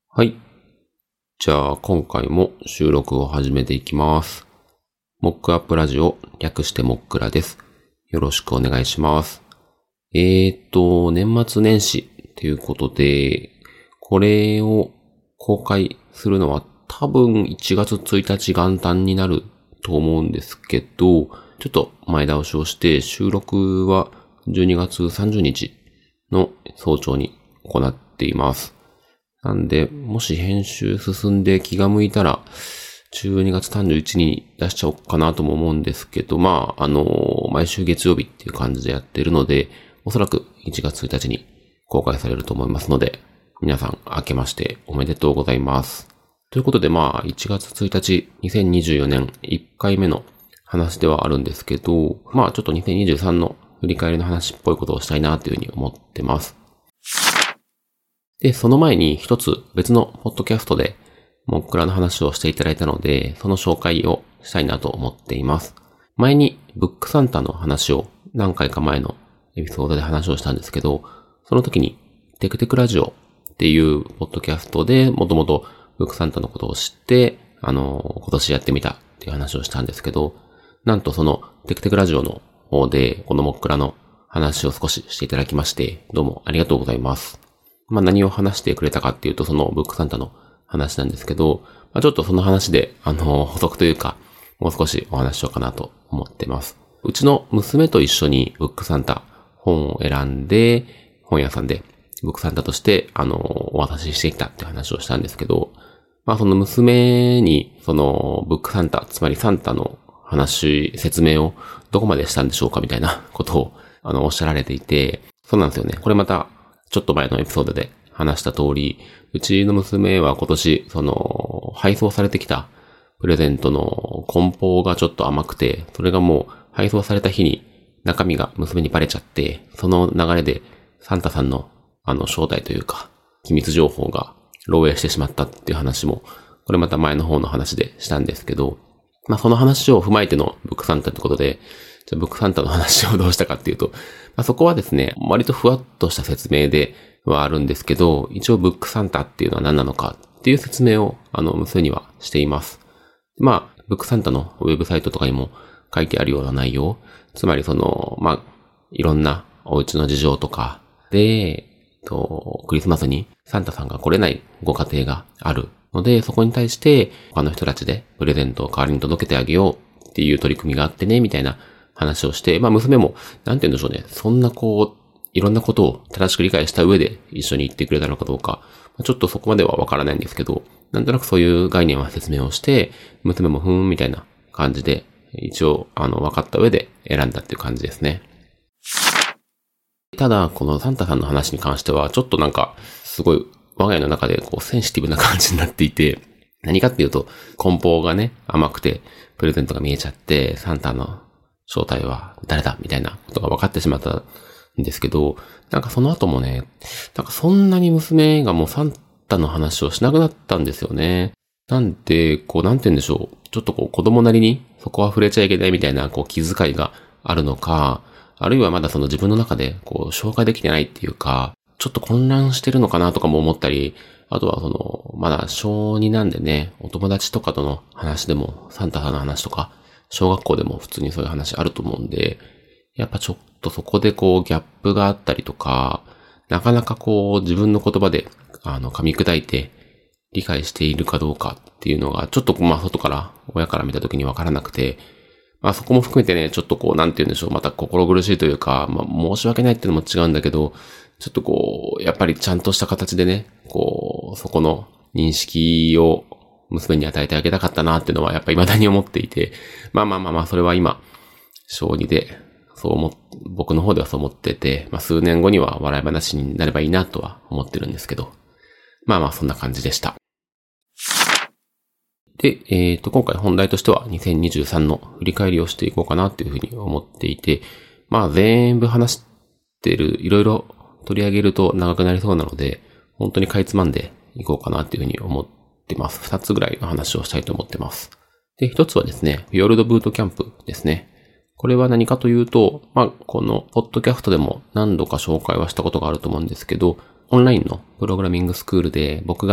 はい。じゃあ今回も収録を始めていきます。モックアップラジオ、略してモックラです。よろしくお願いします。年末年始ということで、これを公開するのは多分1月1日元旦になると思うんですけど、ちょっと前倒しをして収録は12月30日の早朝に行っています。なんで、もし編集進んで気が向いたら、12月31日に出しちゃおうかなとも思うんですけど、毎週月曜日っていう感じでやってるので、おそらく1月1日に公開されると思いますので、皆さん明けましておめでとうございます。ということで1月1日、2024年1回目の話ではあるんですけど、ちょっと2023の振り返りの話っぽいことをしたいなというふうに思ってます。で、その前に一つ別のポッドキャストでモックラの話をしていただいたので、その紹介をしたいなと思っています。前にブックサンタの話を何回か前のエピソードで話をしたんですけど、その時にテクテクラジオっていうポッドキャストでもともとブックサンタのことを知って、今年やってみたっていう話をしたんですけど、なんとそのテクテクラジオの方でこのモックラの話を少ししていただきまして、どうもありがとうございます。何を話してくれたかっていうと、そのブックサンタの話なんですけど、ちょっとその話で、補足というか、もう少しお話ししようかなと思ってます。うちの娘と一緒にブックサンタ本を選んで、本屋さんでブックサンタとして、お渡ししてきたっていう話をしたんですけど、その娘に、そのブックサンタ、つまりサンタの話、説明をどこまでしたんでしょうかみたいなことを、おっしゃられていて、そうなんですよね。これまた、ちょっと前のエピソードで話した通り、うちの娘は今年、配送されてきたプレゼントの梱包がちょっと甘くて、それがもう配送された日に中身が娘にバレちゃって、その流れでサンタさんの正体というか、機密情報が漏洩してしまったっていう話も、これまた前の方の話でしたんですけど、その話を踏まえてのブックサンタってことで、じゃあブックサンタの話をどうしたかっていうと、そこはですね、割とふわっとした説明ではあるんですけど、一応ブックサンタっていうのは何なのかっていう説明を娘にはしています。ブックサンタのウェブサイトとかにも書いてあるような内容、つまりいろんなお家の事情とかで、クリスマスにサンタさんが来れないご家庭があるので、そこに対して他の人たちでプレゼントを代わりに届けてあげようっていう取り組みがあってね、みたいな話をして、娘も、なんて言うんでしょうね。そんないろんなことを正しく理解した上で一緒に行ってくれたのかどうか、ちょっとそこまではわからないんですけど、なんとなくそういう概念は説明をして、娘もみたいな感じで、一応、分かった上で選んだっていう感じですね。ただ、このサンタさんの話に関しては、ちょっとすごい、我が家の中でセンシティブな感じになっていて、何かっていうと、梱包がね、甘くて、プレゼントが見えちゃって、サンタの正体は誰だみたいなことが分かってしまったんですけど、その後もね、そんなに娘がもうサンタの話をしなくなったんですよね。なんで、なんて言うんでしょう。ちょっと子供なりにそこは触れちゃいけないみたいな気遣いがあるのか、あるいはまだその自分の中で消化できてないっていうか、ちょっと混乱してるのかなとかも思ったり、あとはまだ小2なんでね、お友達とかとの話でも、サンタさんの話とか、小学校でも普通にそういう話あると思うんで、やっぱちょっとそこでギャップがあったりとか、なかなか自分の言葉で、噛み砕いて理解しているかどうかっていうのが、ちょっと外から、親から見た時にわからなくて、そこも含めてね、ちょっとなんて言うんでしょう、また心苦しいというか、申し訳ないっていうのも違うんだけど、ちょっとやっぱりちゃんとした形でね、そこの認識を娘に与えてあげたかったなっていうのはやっぱ未だに思っていて、それは今、小2で、僕の方ではそう思ってて、数年後には笑い話になればいいなとは思ってるんですけど、そんな感じでした。で、今回本題としては2023の振り返りをしていこうかなっていうふうに思っていて、全部話してる、いろいろ取り上げると長くなりそうなので、本当にかいつまんでいこうかなっていうふうに思ってます。2つぐらいの話をしたいと思ってます。で、1つはですね、フィヨルドブートキャンプですね。これは何かというと、このポッドキャストでも何度か紹介はしたことがあると思うんですけど、オンラインのプログラミングスクールで僕が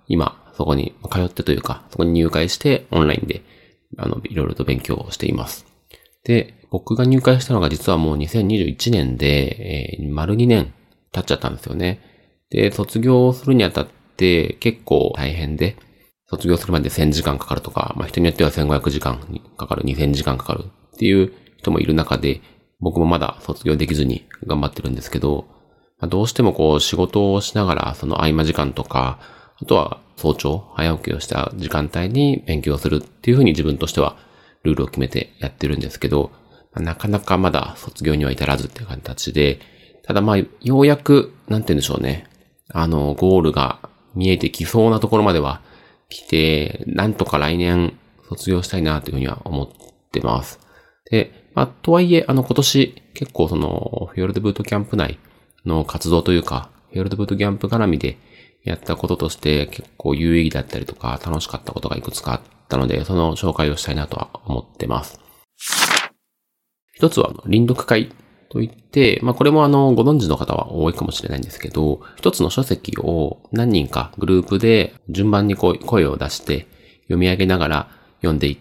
今、そこに通ってというか、そこに入会してオンラインで、いろいろと勉強をしています。で、僕が入会したのが実はもう2021年で、丸2年経っちゃったんですよね。で、卒業するにあたって結構大変で、卒業するまで1000時間かかるとか、人によっては1500時間かかる、2000時間かかるっていう人もいる中で、僕もまだ卒業できずに頑張ってるんですけど、どうしても仕事をしながらその合間時間とか、あとは早朝、早起きをした時間帯に勉強するっていうふうに自分としてはルールを決めてやってるんですけど、なかなかまだ卒業には至らずっていう形で、ただようやく、なんて言うんでしょうね。ゴールが見えてきそうなところまでは来て、なんとか来年卒業したいなというふうには思ってます。で、とはいえ、今年結構フィヨルドブートキャンプ内の活動というか、フィヨルドブートキャンプ絡みでやったこととして結構有意義だったりとか楽しかったことがいくつかあったので、その紹介をしたいなとは思ってます。一つは臨読会といって、これもご存知の方は多いかもしれないんですけど、一つの書籍を何人かグループで順番に声を出して読み上げながら読んでいって、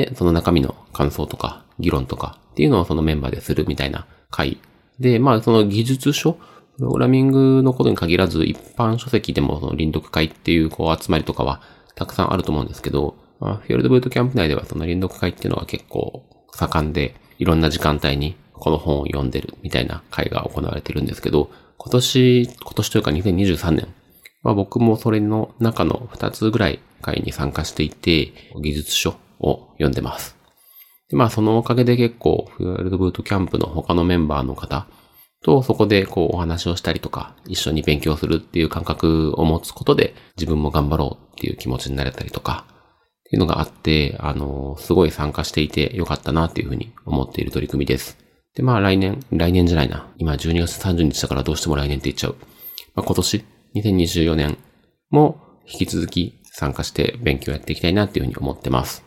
その中身の感想とか議論とかっていうのをそのメンバーでするみたいな会で、その技術書、プログラミングのことに限らず一般書籍でもその臨読会っていう集まりとかはたくさんあると思うんですけど、フィヨルドブートキャンプ内ではその臨読会っていうのが結構盛んで、いろんな時間帯にこの本を読んでるみたいな会が行われてるんですけど、今年というか2023年は僕もそれの中の2つぐらい会に参加していて、技術書を読んでます。で、そのおかげで結構フィヨルドブートキャンプの他のメンバーの方とそこでお話をしたりとか、一緒に勉強するっていう感覚を持つことで自分も頑張ろうっていう気持ちになれたりとか、っていうのがあって、すごい参加していてよかったなっていうふうに思っている取り組みです。で、来年じゃないな。今12月30日だからどうしても来年って言っちゃう。今年、2024年も引き続き参加して勉強やっていきたいなっていうふうに思ってます。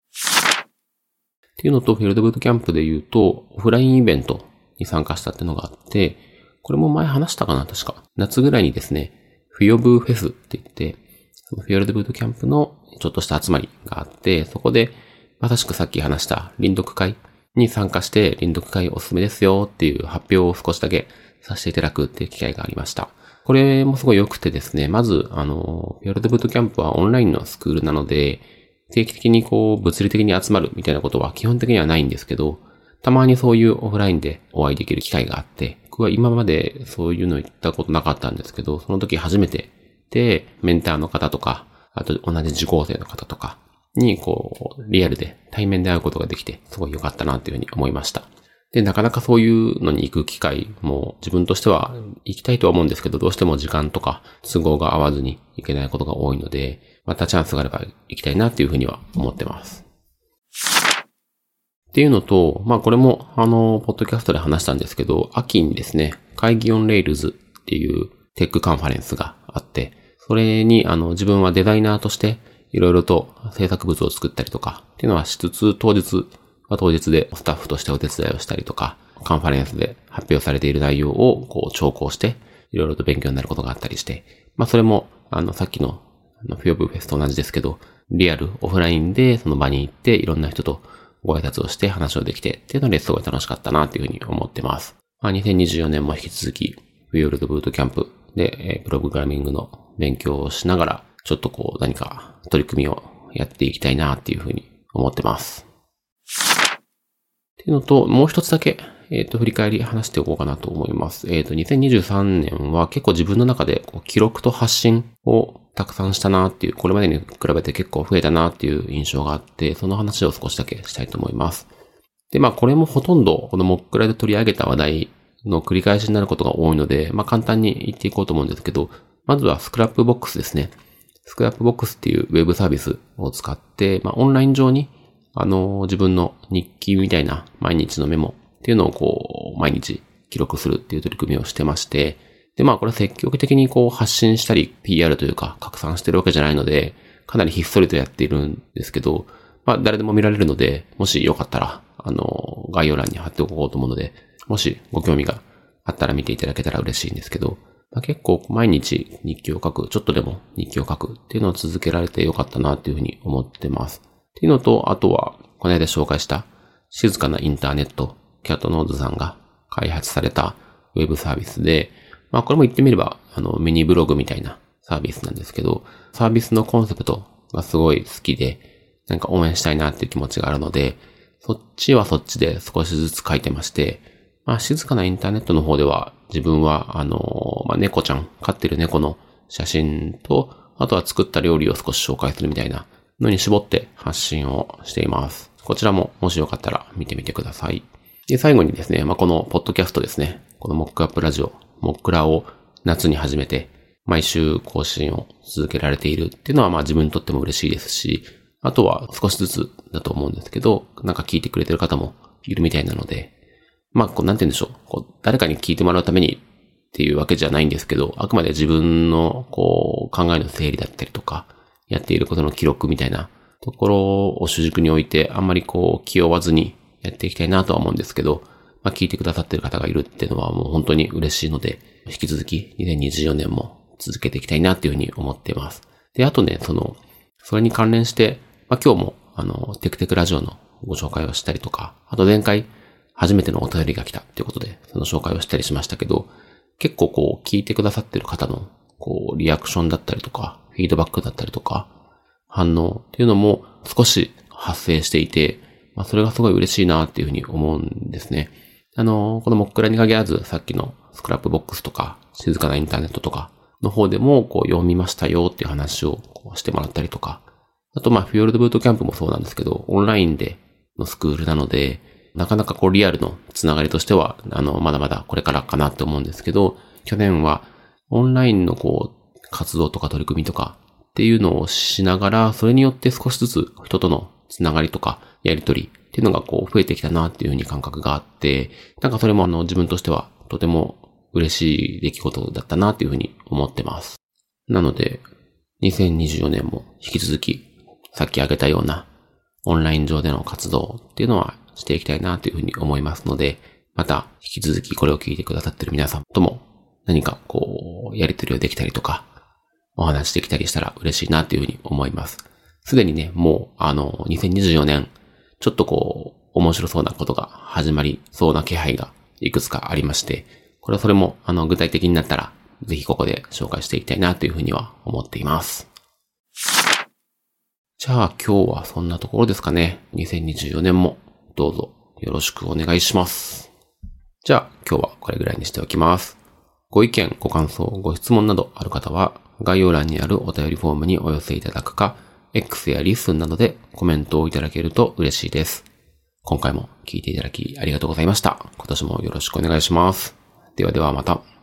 っていうのと、フィヨルドブートキャンプで言うと、オフラインイベントに参加したっていうのがあって、これも前話したかな、確か。夏ぐらいにですね、フィヨブーフェスって言って、そのフィヨルドブートキャンプのちょっとした集まりがあって、そこで、まさしくさっき話した臨読会に参加して、臨読会おすすめですよっていう発表を少しだけさせていただくっていう機会がありました。これもすごい良くてですね、まず、フィヨルドブートキャンプはオンラインのスクールなので、定期的に物理的に集まるみたいなことは基本的にはないんですけど、たまにそういうオフラインでお会いできる機会があって、僕は今までそういうの言ったことなかったんですけど、その時初めてで、メンターの方とか、あと同じ受講生の方とかにリアルで対面で会うことができて、すごい良かったなというふうに思いました。で、なかなかそういうのに行く機会も自分としては行きたいとは思うんですけど、どうしても時間とか都合が合わずに行けないことが多いので、またチャンスがあれば行きたいなっていうふうには思ってます。っていうのと、これもポッドキャストで話したんですけど、秋にですね、会議オンレイルズっていうテックカンファレンスがあって、それに自分はデザイナーとしていろいろと制作物を作ったりとかっていうのはしつつ、当日は当日でスタッフとしてお手伝いをしたりとか、カンファレンスで発表されている内容を聴講していろいろと勉強になることがあったりして、それもさっきのフィヨブフェスと同じですけど、リアル、オフラインでその場に行っていろんな人とご挨拶をして話をできてっていうのですごい楽しかったなというふうに思ってます。2024年も引き続きフィヨルドブートキャンプでプログラミングの勉強をしながらちょっと何か取り組みをやっていきたいなっていうふうに思ってます。っていうのと、もう一つだけ振り返り話しておこうかなと思います。2023年は結構自分の中で記録と発信をたくさんしたなっていう、これまでに比べて結構増えたなっていう印象があって、その話を少しだけしたいと思います。で、これもほとんどこのモックラで取り上げた話題の繰り返しになることが多いので、簡単に言っていこうと思うんですけど、まずはスクラップボックスですね。スクラップボックスっていうウェブサービスを使って、オンライン上に自分の日記みたいな毎日のメモっていうのを毎日記録するっていう取り組みをしてまして、で、これは積極的に発信したり PR というか拡散してるわけじゃないので、かなりひっそりとやっているんですけど、誰でも見られるので、もしよかったら、概要欄に貼っておこうと思うので、もしご興味があったら見ていただけたら嬉しいんですけど、 結構毎日日記を書く、ちょっとでも日記を書くっていうのを続けられてよかったなっていうふうに思ってます。っていうのと、あとは、この間紹介した静かなインターネット、キャットノーズさんが開発されたウェブサービスで、これも言ってみれば、ミニブログみたいなサービスなんですけど、サービスのコンセプトがすごい好きで、なんか応援したいなっていう気持ちがあるので、そっちはそっちで少しずつ書いてまして、静かなインターネットの方では、自分は、猫ちゃん、飼ってる猫の写真と、あとは作った料理を少し紹介するみたいなのに絞って発信をしています。こちらももしよかったら見てみてください。で、最後にですね、このポッドキャストですね、このモックアップラジオ、モックラを夏に始めて、毎週更新を続けられているっていうのは自分にとっても嬉しいですし、あとは少しずつだと思うんですけど、なんか聞いてくれてる方もいるみたいなので、なんて言うんでしょう。誰かに聞いてもらうためにっていうわけじゃないんですけど、あくまで自分の考えの整理だったりとか、やっていることの記録みたいなところを主軸に置いて、あんまり気負わずにやっていきたいなとは思うんですけど、聞いてくださってる方がいるっていうのはもう本当に嬉しいので、引き続き2024年も続けていきたいなっていうふうに思っています。で、あとね、それに関連して、今日もテクテクラジオのご紹介をしたりとか、あと前回、初めてのお便りが来たっていうことで、その紹介をしたりしましたけど、結構聞いてくださってる方の、リアクションだったりとか、フィードバックだったりとか、反応っていうのも少し発生していて、それがすごい嬉しいなっていうふうに思うんですね。このモックラに限らず、さっきのスクラップボックスとか、静かなインターネットとかの方でも、読みましたよっていう話をしてもらったりとか、あとフィヨルドブートキャンプもそうなんですけど、オンラインでのスクールなので、なかなかリアルのつながりとしては、まだまだこれからかなって思うんですけど、去年はオンラインの活動とか取り組みとかっていうのをしながら、それによって少しずつ人とのつながりとかやりとりっていうのが増えてきたなっていうふうに感覚があって、なんかそれも自分としてはとても嬉しい出来事だったなっていうふうに思ってます。なので、2024年も引き続き、さっき挙げたようなオンライン上での活動っていうのはしていきたいなというふうに思いますので、また引き続きこれを聞いてくださっている皆さんとも何かやり取りをできたりとか、お話できたりしたら嬉しいなというふうに思います。すでにね、もう2024年、ちょっと面白そうなことが始まりそうな気配がいくつかありまして、それも具体的になったら、ぜひここで紹介していきたいなというふうには思っています。じゃあ今日はそんなところですかね。2024年もどうぞよろしくお願いします。じゃあ今日はこれぐらいにしておきます。ご意見、ご感想、ご質問などある方は概要欄にあるお便りフォームにお寄せいただくか、X やリスンなどでコメントをいただけると嬉しいです。今回も聞いていただきありがとうございました。今年もよろしくお願いします。ではではまた。